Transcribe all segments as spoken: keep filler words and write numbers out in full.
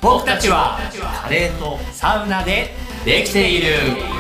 僕たちはカレーとサウナでできている。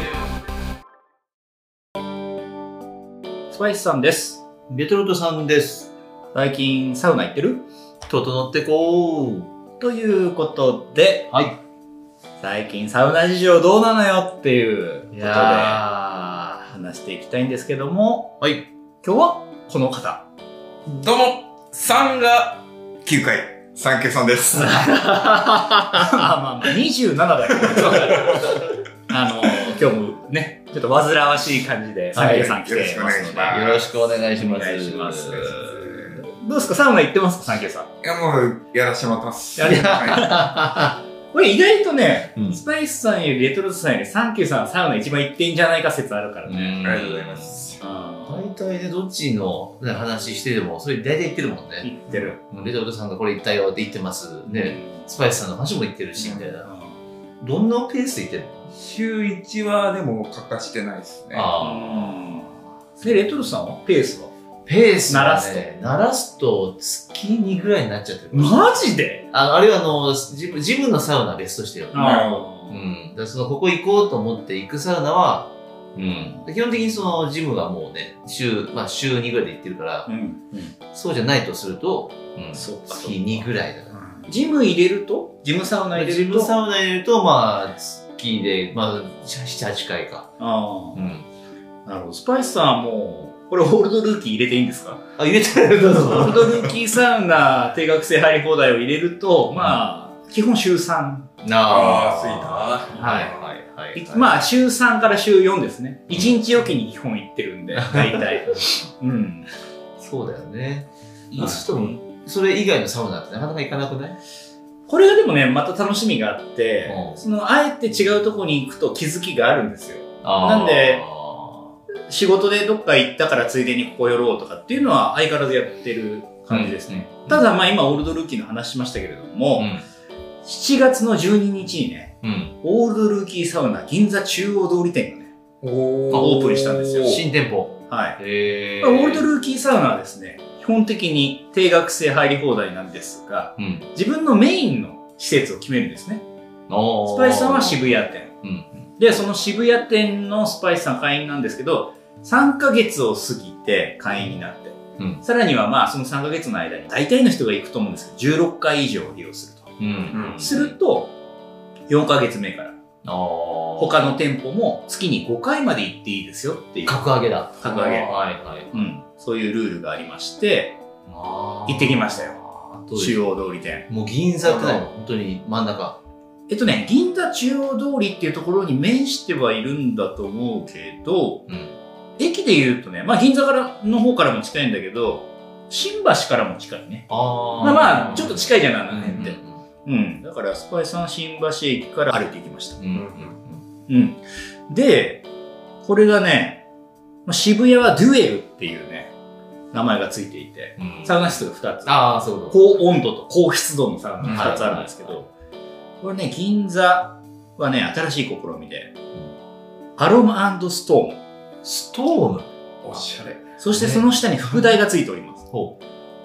スパイスさんです。 レトルトさんです。 最近サウナ行ってる？ 整ってこう。 ということで、 はい。 最近サウナ事情どうなのよっていうことでいや話していきたいんですけども、 はい。 今日はこの方。 どうも、さんがきゅうかい、サンケイさんです。 まあまあまあ、にじゅうななだよ。あの、今日もね、ちょっと煩わしい感じで、サンケイさん来てますので。 よろしくお願いします。 お願いします。どうですか、サウナ行ってますか、サンケイさん。 いや、もう、やらしてもらってます。 やりはこれ意外とね、 うんスパイスさんよりレトルトさんよりサンキューさんはサウナ一番行ってんじゃないか説あるからね。 い。ありがとうございます。 大体ね、どっちの話してても、それ大体言ってるもんね。 行ってる。 レトルトさんがこれ言ったよって言ってます。ね、スパイスさんの話も言ってるし、みたいな。どんなペースで言ってるの？ 週いちはでも欠かしてないですね。 ああ。で、レトルトさんはペースはペースはね、 鳴らすと鳴らすと月にぐらいになっちゃってる。 マジで？ あの、あれはあの、ジム、ジムのサウナは別としてよ。 なるほど。 うん。だからその、ここ行こうと思って行くサウナは、うん。基本的にその、ジムがもうね、週、まあ週にぐらいで行ってるから、 うん。うん。 そうじゃないとすると、うん。 そうか月にぐらいだな。 ジム入れるとジムサウナ入れジるとムサウナ入れると、まあ、月で、まあ、なな、はちかいか。 ああ。 うん。 なるほど。スパイスさんはもう、これオールドルーキー入れていいんですか？ あ、入れてる、どうぞ。 オールドルーキーサウナ定額制入り放題を入れると、まあ、基本週さん。 ああ、ついた。 はい、はい、はい。 まあ、週さんから週よんですね。いちにちおきに基本行ってるんで、大体。うん。 そうだよね。 まあそうすると、それ以外のサウナってなかなか行かなくない？ これがでもね、また楽しみがあって、 うんその、あえて違うとこに行くと気づきがあるんですよ。 あーなんで仕事でどっか行ったからついでにここ寄ろうとかっていうのは相変わらずやってる感じですね。 うんただまあ今オールドルーキーの話しましたけれども、 うん。 しちがつのじゅうににちにね、 うん。 オールドルーキーサウナ銀座中央通り店がね、 おオープンしたんですよ新店舗。 はい。 へオールドルーキーサウナはですね、基本的に定額制入り放題なんですが、 うん。 自分のメインの施設を決めるんですね。 おースパイスさんは渋谷店。 うん。 で、その渋谷店のスパイスさん会員なんですけど、さんかげつを過ぎて会員になって、 うん。 さらにはまあそのさんかげつの間に大体の人が行くと思うんですけど、じゅうろっかい以上利用すると。 うん。 すると、よんかげつめからあー他の店舗も月にごかいまで行っていいですよっていう、 格上げだ。 格上げはいはい。 うん、そういうルールがありまして、 あー行ってきましたよ。 どういう中央通り店。 もう銀座ってないの本当に真ん中。 えっとね、銀座中央通りっていうところに面してはいるんだと思うけど、 うん。 駅で言うとね、まあ銀座からの方からも近いんだけど、新橋からも近いね。 あまあまあ、ちょっと近いじゃない、あのうん辺って。うん。だから、スパイさん新橋駅から歩いていきました。 うん。うん。 うん。で、これがね、まあ渋谷はデュエルっていうね、名前がついていて、 うん。 サウナ室がふたつ。 ああ、そういうこと。 高温度と高湿度のサウナがふたつあるんですけはいはいど、これね、銀座はね、新しい試みで、アロマ&ストーム。 ストーム。 おしゃれ。 そしてその下に副題がついております。 ほう。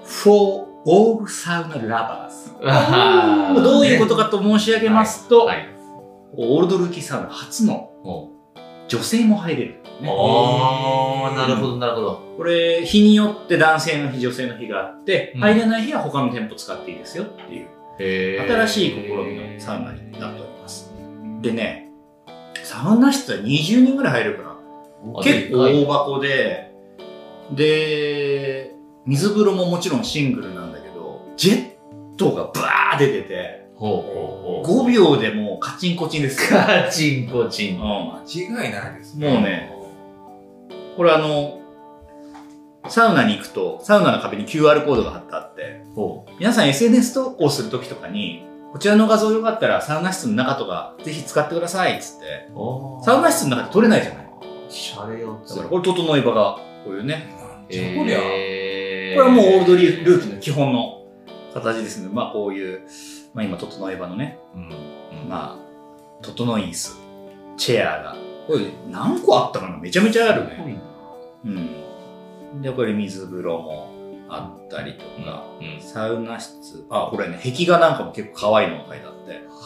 For All Sauna Lovers。 あーどういうことかと申し上げますと、 はい。 オールドルーキーサウナ初のほ女性も入れる、 う。 ね。 ああ、なるほど、なるほど。 これ、日によって男性の日、女性の日があって、 うん入れない日は他の店舗使っていいですよっていう、 へ新しい試みのサウナになっております。でね、サウナ室はにじゅうにんぐらい入れるかな。結構大箱で、で、水風呂ももちろんシングルなんだけど、ジェットがバー出てて、 ほうほうほう。 ごびょうでもうカチンコチンですよ。 カチンコチン。 うん間違いないですね。 もうね、これあの、サウナに行くと、サウナの壁に キューアール コードが貼ってあって、 ほ皆さん エスエヌエス 投稿するときとかに、こちらの画像よかったらサウナ室の中とかぜひ使ってくださいっつって、 う。 サウナ室の中で撮れないじゃない。 シャレよだからこれ整い場が、こういうね、 じゃこりゃ。 えーこれはもうオールドリールーキーの基本の形ですね。まあこういう、まあ今整い場のね、 うん。 まあ、整い椅子、チェアが、これ何個あったかな、めちゃめちゃあるね。うん。で、これ水風呂もあったりとか、 うん。 サウナ室、あ、これね、壁画なんかも結構可愛いのが書いてあって、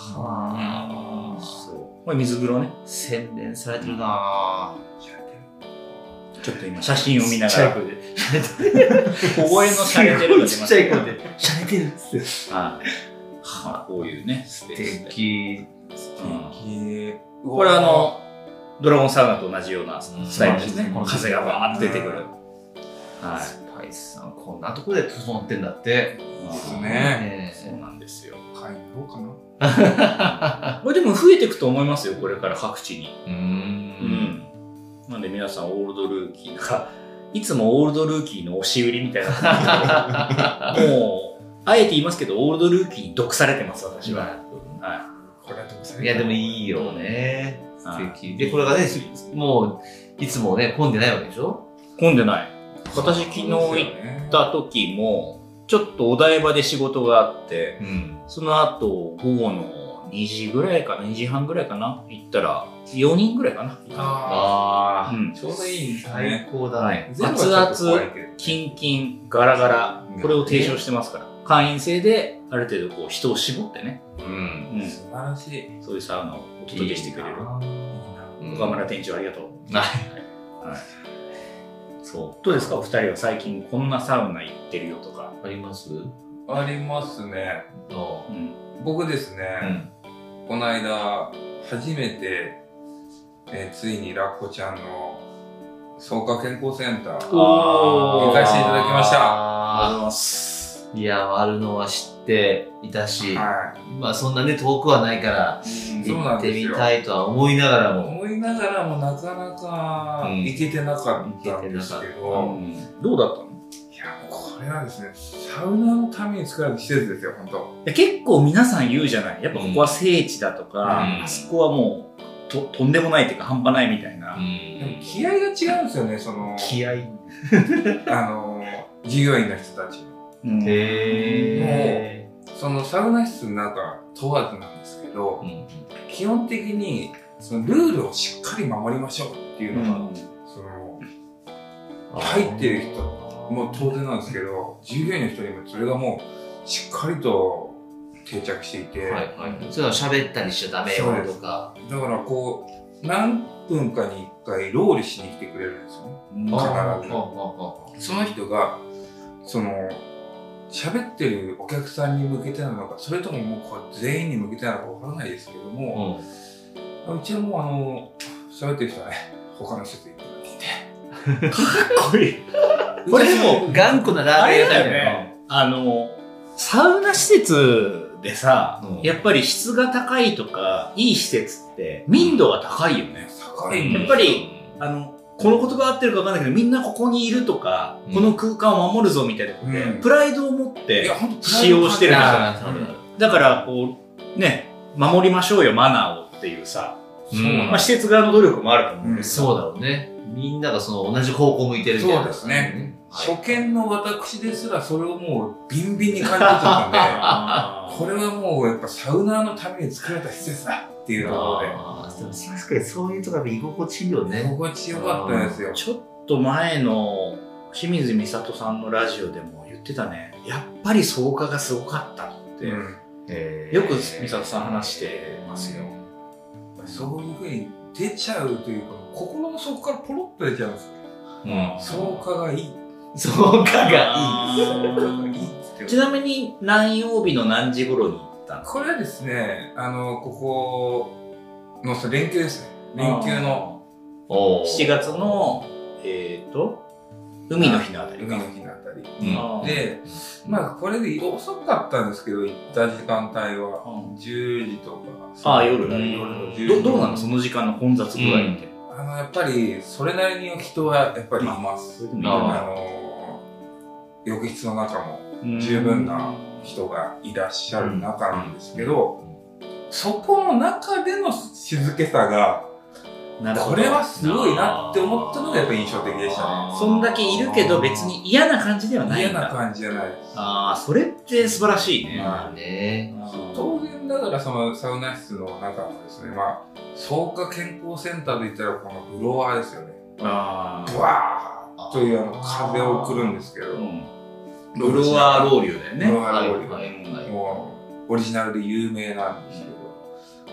はあ。 そう。これ水風呂ね。 洗練されてるなぁ。 ちょっと今写真を見なちっちゃいがら。 声で。 小声のシャレてるが出ちっますね。 ちゃい声で。しゃれてるっつって。 はい。はあ、こういうね、スペースで。 素敵。 うんこれあの、ドラゴンサウナと同じようなスタイルですね。この風がバーって出てくる。はい。 スパイスさん、こんなところで整ってんだって。 いいですね。 ねそうなんですよ。 買いに行こうかな。 これでも増えていくと思いますよ、これから各地に。 うー。 うんん。なんで皆さん、オールドルーキーが、いつもオールドルーキーの押し売りみたいな。もう、あえて言いますけど、オールドルーキーに毒されてます、私は。はこれはどうせいや、でもいいよね。 は素敵。で、これがね、もう、いつもね、混んでないわけでしょ？ い。混んでない。私、昨日行った時も、ちょっとお台場で仕事があって、 うん。 その後、午後のにじぐらいかな、にじはんぐらいかな、行ったら、よにんぐらいかな。 ああうんあ、ちょうどいいんです最ね。 高だね。 全部はちょっと怖いけどキンキン、ガラガラ、これを提唱してますから。会員制で、ある程度こう人を絞ってね、 うん。 うん、 素晴らしい。 そういうサウナをお届けしてくれる。 うん岡村店長ありがとう。 はい。 はい。そう。どうですかお二人は最近こんなサウナ行ってるよとか。 あります？ ありますね。 あうん。 僕ですうね、 ん。 この間、初めて、えーついにラッコちゃんの草加健康センター、 おー行かせていただきましたありがとうございあます。 ーいや、あるのは知っていたし、 はまあそんなね、遠くはないから、 い。そう行ってみなんですよ。 たいとは思いながらも、 思いながらもなかなかうん行けてなかったんですけ行けてなど、 うんどうだったのいや、これはですね、サウナのために作られた施設ですよ、本当。 いや結構皆さん言うじゃない。やっぱここは聖地だとか、 うんあそこはもうととんでもないっていうか半端ないみたいな。 でも気合が違うんですよね、その、 気合い。 あの、従業員の人たちの。 うんへそのサウナ室の中問わずなんですけど、 ーうん基本的にそのルールをしっかり守りましょうっていうのが、その入ってる人も当然なんですけど、従業員の人にもそれがもうしっかりと定着していて、 はいはい。それは喋ったりしちゃダメよとか。 だからこう何分かにいっかいロールしに来てくれるんですよね。 うん必ずあその人がその喋ってるお客さんに向けてなのか、それとももうこう全員に向けてなのかわからないですけどあも、 あうちはもうあの喋ってる人はね、他の施設行ってかっこいい。 て、 これでもうん。頑固なラあれーメン屋さんだよね。あの、サウナ施設でさ、 うんやっぱり質が高いとか、いい施設って民度が高いよね。 高いんですよやっぱり、あの、この言葉合ってるか分かんないけど、みんなここにいるとか、 うんこの空間を守るぞみたいなことで、 うんプライドを持っいてや本当使用してるんですよ。 あーうんだから、こう、ね、守りましょうよ、マナーをっていうさ、 そうなんまあ、施設側の努力もあると思うんですそうだろうね。みんながその同じ方向向いてるみたいな。 そうですね。 はい初見の私ですらそれをもうビンビンに感じちゃったんで、これはもうやっぱサウナーのために作られた施設だっていうところで、 あーでも確かにそういうとこが居心地いいよね。 心地よかったですよ。 ちょっと前の清水美里さんのラジオでも言ってたね。やっぱり草加がすごかったって。 うんへーよく美里さん話してますよ。 そういうふうに出ちゃうというか、心の底からポロッと出ちゃうんですよ。 うん。 草加がいい。 草加があ草加ーがいいっつってちなみに何曜日の何時頃に行ったの？ これはですね、あの、ここのそう連休ですね。連休のおーしちがつの、えっと、海の日のあたりか。 海の日のあたり。 うんあーで、まあこれで遅かったんですけど、行った時間帯はうんじゅうじとか。 あー夜だね夜のじゅうじどどうなのその時間の混雑具合って。 あの、やっぱり、それなりに人はやっぱりいます。 それでもいいあかあの、浴室の中もな十分な人がいらっしゃる中なんですけど、そこの中での静けさが、 なるほど。 これはすごいなって思ったのがやっぱ印象的でしたね。 そんだけいるけど別に嫌な感じではないんだ。 嫌な感じじゃないです。 ああ、それって素晴らしいね。 まあね。 当然だからそのサウナ室の中のですね、まあ、草加健康センターで言ったらこのブロワーですよね。 あブワーというあの風を送るんですけど、 うん。ブロワーロウリュだよね。 ブロワーロウリュはいはいはいもうオリジナルで有名なんですけど、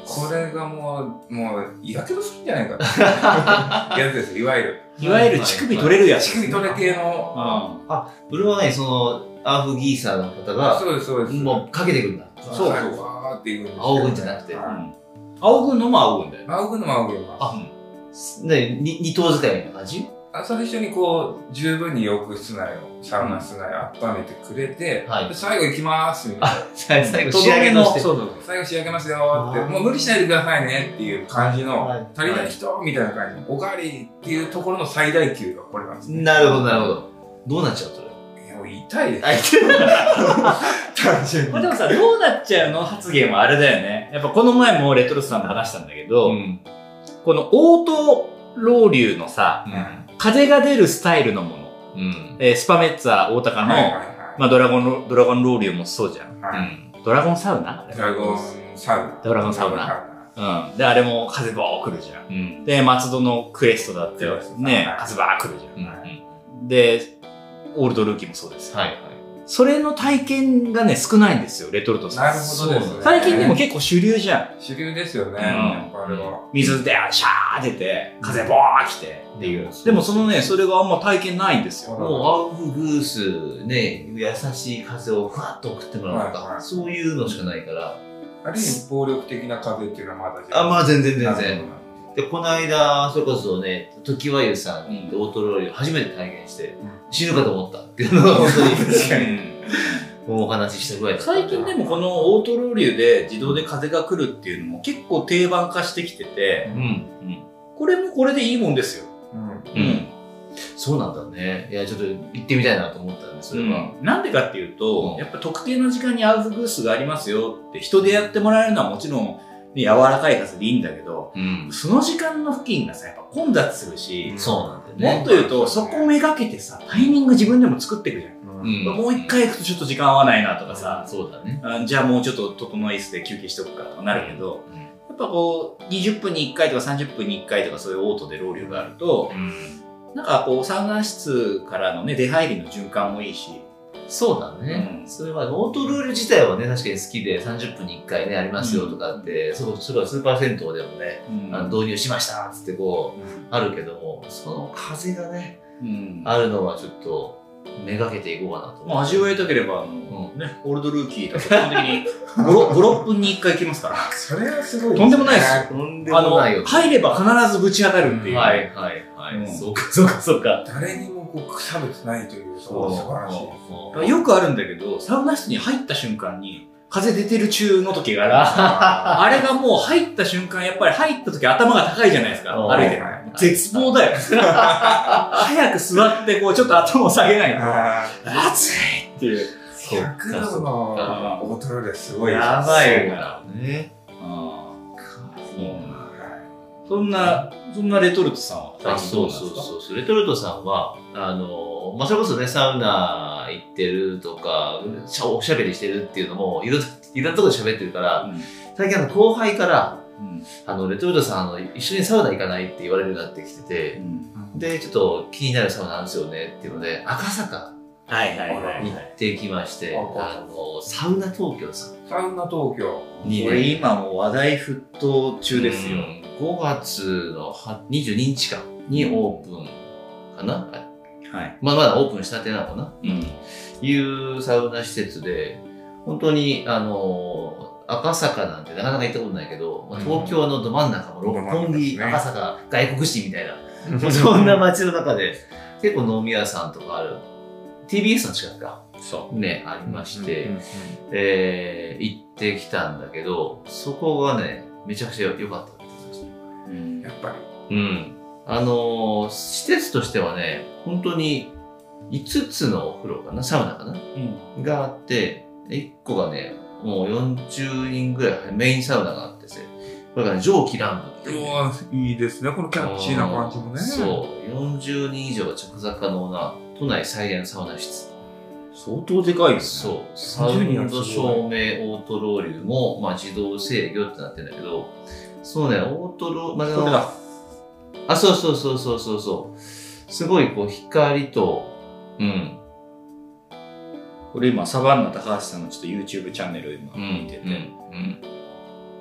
これがもう、もう、やけどするんじゃないかってやつですよ、いわゆる。 いわゆる乳首取れるやつ。 乳首取れ系の。 あ、それはね、その、アーフギーサーの方が、 そうです、そうです。 もうかけてくるんだ。 そうそう。わーっていくんですよ。 仰ぐんじゃなくて。 仰ぐのも仰ぐんだよ。 仰ぐのも仰ぐの。 あ、ね、に二頭使いみたいな感じ？ 最初にこう、十分に浴室内を、サウナ室内を温めてくれて、 はい、 最後行きまーすみたいな。 最後仕上げの、そうそう。最後仕上げますよって、もう無理しないでくださいねっていう感じの、足りない人みたいな感じの、おかわりっていうところの最大級がこれなんですね。 なるほど、なるほど。どうなっちゃうそれ？ いや、もう痛いです。単純に。 まあでもさ、どうなっちゃうの発言はあれだよね。やっぱこの前もレトルトさんと話したんだけど、うん、このオートロウリュのさ、うん風が出るスタイルのもの。うん、えー、スパメッツァ大高の、はいはいはい、まあドラゴン、ドラゴンロウリュもそうじゃん。はい、うん、ドラゴンサウナドラゴンサウナ。 ドラゴンサウナ。うん。で、あれも風バー来るじゃん。うん、で、松戸のクエストだってね、はい、風バー来るじゃん。うん、で、オールドルーキーもそうですよ。はいはい。それの体験がね、少ないんですよ、レトルトさん。 なるほどですね。 最近でも結構主流じゃん。 主流ですよね。うん、あれは。 水でシャー出て、風ボー来てっていう。でもそのね、それがあんま体験ないんですよ。 もうアウフグースね、優しい風をふわっと送ってもらうとか、そういうのしかないから。 ある意味暴力的な風っていうのはまだあ、まあ全然全然。で、この間、それこそね、時和湯さんにオートロウリュ初めて体験して、死ぬかと思ったっていうのが本当に確かにお話ししたぐらいだった。 最近でもこのオートロウリュで自動で風が来るっていうのも結構定番化してきてて、うんうん、これもこれでいいもんですよ。うん。うん。 そうなんだね。いや、ちょっと行ってみたいなと思ったんです、それは。 うん、なんでかっていうと、うん、やっぱ特定の時間にアウフグースがありますよって人でやってもらえるのはもちろん、柔らかい風でいいんだけど、うん、その時間の付近がさ、やっぱ混雑するし、 そうなんだよね。 もっと言うと、そこをめがけてさ、タイミング自分でも作っていくじゃん。うん、もう一回行くとちょっと時間合わないなとかさ、 うん、そうだね。 じゃあもうちょっと整い椅子で休憩しとくかとかなるけど、うん、やっぱこう、にじゅっぷんにいっかいとかさんじゅっぷんにいっかいとかそういうオートでロウリュがあると、うん、なんかこう、サウナ室からのね、出入りの循環もいいし、 そうだね。うん、それは、オートルール自体はね、確かに好きでさんじゅっぷんにいっかいね、ありますよとかって、うん、それはスーパー銭湯でもね、うん、あの導入しましたっつってこう、うん、あるけども、その風がね、うん、あるのはちょっと、めがけていこうかなと思う。まあ、味わいたければ、あの、うん、ね、オールドルーキーだと基本的にご、ろっぷんにいっかい行きますから。 それはすごい、 ね。とんでもないですよ。 とんでもないよ、ね。 あの、入れば必ずぶち当たるっていう。 はい、はい、はい。うん、そうか、そうか、そうか。 誰にもこう、差別ないという、そう素晴らしい。よくあるんだけど、サウナ室に入った瞬間に、風出てる中の時がある。あれがもう入った瞬間、やっぱり入った時頭が高いじゃないですか。歩いてる。絶望だよ。早く座って、こう、ちょっと頭を下げないと。熱いっていう。 ひゃくどのオートロウリュすごいやばいからね。そんな、そんなレトルトさんは最近どうなんですか？そうそうそう。レトルトさんは、あの、まあ、それこそね、サウナ行ってるとか、おしゃべりしてるっていうのも、いろんなところで喋ってるから、うん、最近あの後輩から、うん、あの、レトルトさん、あの、一緒にサウナ行かないって言われるようになってきてて、うん、で、ちょっと気になるサウナあるんですよねっていうので、赤坂。 はいはいはい。 行ってきまして、あの、サウナ東京さん。 サウナ東京。 にね、今もう話題沸騰中ですよ。 ごがつのにじゅうににちかにオープンかな、はい。まあまだオープンしたてなのかな、うん、いうサウナ施設で、本当に、あの、赤坂なんてなかなか行ったことないけど、うん、東京のど真ん中も六本木、ね、赤坂、外国市みたいな、そんな街の中で、結構飲み屋さんとかある。ティービーエス の近くか。そう。ね、ありまして、えー、行ってきたんだけど、そこがね、めちゃくちゃ良かったって言ってました。 うん、やっぱり。 うん。あのー、施設としてはね、本当にいつつのお風呂かな、サウナかな、うん、があって、いっこがね、もうよんじゅうにんぐらいメインサウナがあってですね、これがね、蒸気乱舞っていう、ね。 うわいいですね、このキャッチーな感じもね。 そう。よんじゅうにん以上が着座可能な都内最大のサウナ室。 相当でかいですね。そう。サウンド照明オートロウリュも、まあ、自動制御ってなってるんだけど、そうね、オートロウ、まあ、これだ。あ、そうそうそうそうそうそう。すごいこう光と、うん。 これ今、サバンナ高橋さんのちょっと YouTube チャンネル今見てて、うんうんうん、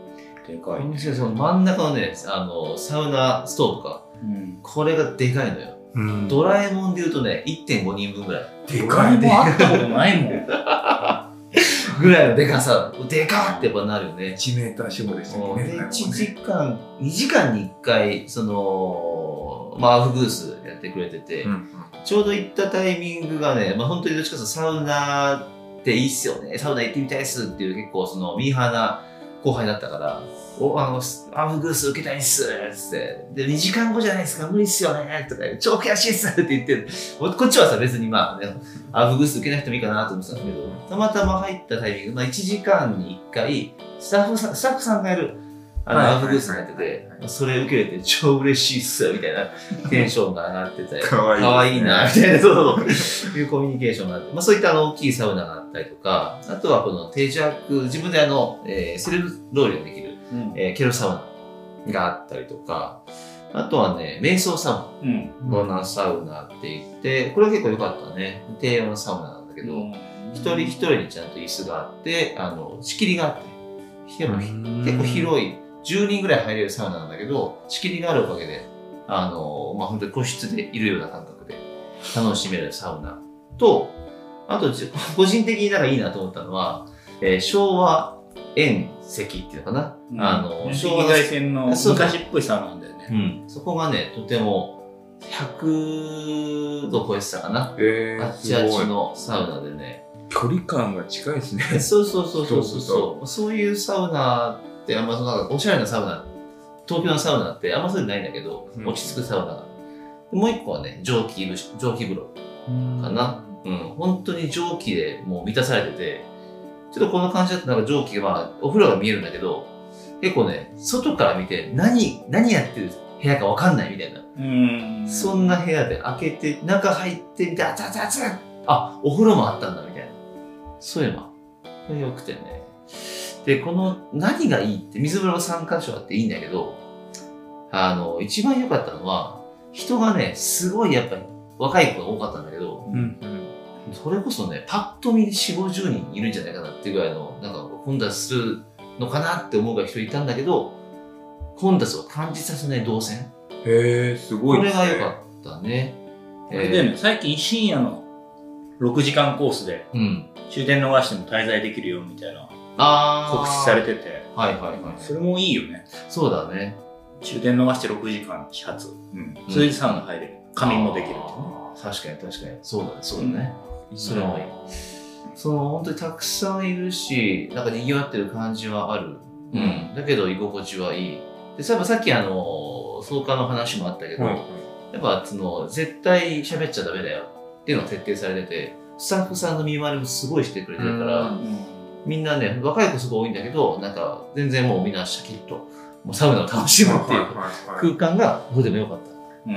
でかい、ね。 その真ん中のね、あの、サウナストーブか。うん、これがでかいのよ。うん、ドラえもんで言うとね、いってんごにんぶんぐらい。 でかいもんあったことないもん。 ぐらいのでかさ。でかってやっぱなるよね。 いちメーター四方でしたね。 で、いちじかん、にじかんにいっかい、その、まあ、アウフグースやってくれてて、うんうん、ちょうど行ったタイミングがね、まあ本当にどっちかというとサウナっていいっすよね。サウナ行ってみたいっすっていう結構そのミーハーな後輩だったから、お、あの、アウフグース受けたいっすつって、で、にじかんごじゃないですか、無理っすよねとか、超悔しいっすって言ってる。こっちはさ、別にまあ、ね、アウフグース受けなくてもいいかなと思ってたんだけど、たまたま入ったタイミング、まあいちじかんにいっかい、スタッフさん、スタッフさんがやる、あの、アウフグースがやってて、それ受けれて超嬉しいっすみたいなテンションが上がってて、かわいい、ね。かわいいな、みたいな、そうそう、いうコミュニケーションがあって、まあそういったあの大きいサウナがあったりとか、あとはこの定着、自分であの、えー、セルフロールができる、うん、えー、ケロサウナがあったりとか、あとはね、瞑想サウナ。うん。ボーナスサウナって言って、これは結構良かったね。低温サウナなんだけど、うん、一人一人にちゃんと椅子があって、あの、仕切りがあって、結構広い、じゅうにんぐらい入れるサウナなんだけど、仕切りがあるおかげで、あの、まあ、本当に個室でいるような感覚で楽しめるサウナと、あと、個人的になんかいいなと思ったのは、えー、昭和遠石っていうのかな、うん、あの、 昭和外線の昔っぽいサウナなんだよね。 うん。そこがね、とてもひゃくど超えてたかな。 えー、 あっちあっちのサウナでね。 距離感が近いですね。 そうそうそうそうそうそう。そういうサウナって、あんまそのなんかおしゃれなサウナ、東京のサウナってあんまそういうのないんだけど、うん、落ち着くサウナが。もう一個はね、蒸気、蒸気風呂かな。うん、本当に蒸気でもう満たされてて、ちょっとこの感じだとなんか蒸気が、まあ、お風呂が見えるんだけど、結構ね、外から見て何、何やってる部屋かわかんないみたいな。うん。そんな部屋で開けて、中入ってみて、あつあつあつあ、お風呂もあったんだみたいな。そういえば。これ良くてね。で、この何がいいって、水風呂さんかしょあっていいんだけど、あの、一番良かったのは、人がね、すごいやっぱり若い子が多かったんだけど、うんうん、それこそね、パッと見でよんじゅう、ごじゅうにんいるんじゃないかなっていうぐらいの、なんか混雑するのかなって思うが人いたんだけど、混雑を感じさせない動線。 へー、すごいですね。これが良かったね。 これでね、最近深夜のろくじかんコースで、うん、終電逃しても滞在できるよみたいな、告知されてて、 はいはいはい。 それもいいよね。 そうだね。 終電逃してろくじかん始発。うん。それでサウナ入れる。仮眠もできるってね。 確かに確かに。そうだね、そうだね。うん、それもいい。その、本当にたくさんいるし、なんか賑わってる感じはある。うん。だけど居心地はいい。で、そういえばさっきあの、創価の話もあったけど、はい、やっぱその、絶対喋っちゃダメだよっていうのが徹底されてて、スタッフさんの見回りもすごいしてくれてるから、うん、みんなね、若い子すごい多いんだけど、なんか全然もうみんなシャキッと、もうサウナを楽しむっていう空間がとても良かった。 うん、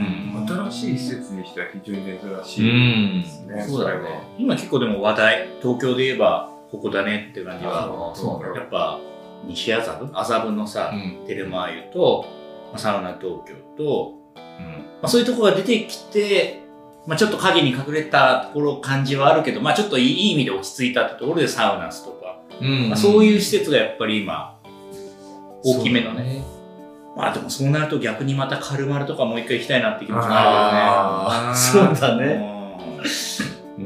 新しい施設にしては非常に珍しいですね。 うん、そうだね。 今結構でも話題、東京で言えばここだねっていう感じは、そうやっぱ西麻布麻布のさ、うん、テレマーユと、まあ、サウナ東京と、うんまあ、そういうところが出てきて、まあ、ちょっと影に隠れたところ感じはあるけど、まあ、ちょっといい意味で落ち着いたってところでサウナスとか、うんまあ、そういう施設がやっぱり今、大きめのね。まあでもそうなると逆にまたカルマルとかもう一回行きたいなって気持ちがあるよね。そうだね。 うん。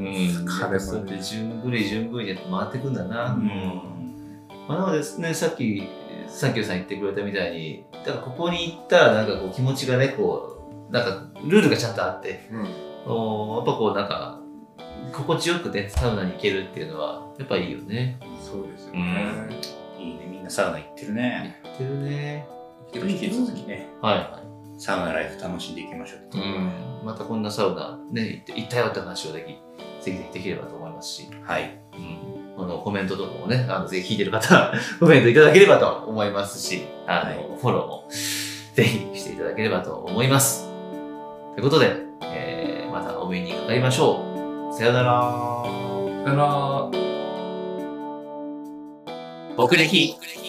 カルマルって順繰り順繰りで回ってくんだな。うん。まあなのでね、さっき、サンキューさん言ってくれたみたいに、だからここに行ったらなんかこう気持ちがね、こう、なんかルールがちゃんとあって、うん、おやっぱこうなんか、心地よくね、サウナに行けるっていうのは、やっぱいいよね。 そうですよね。 うん、いいね、みんなサウナ行ってるね。 行ってるね。 引き続きね、 はいはい、 サウナライフ楽しんでいきましょう。 うん、またこんなサウナね、行ったよって話をでき、ぜひできればと思いますし、 はい。 うん、このコメントとかもね、あのぜひ聞いてる方、コメントいただければと思いますし、あの、はい、フォローもぜひしていただければと思います。ということで、えー、またお目にかかりましょう。さよなら。 さよなら。 僕歴。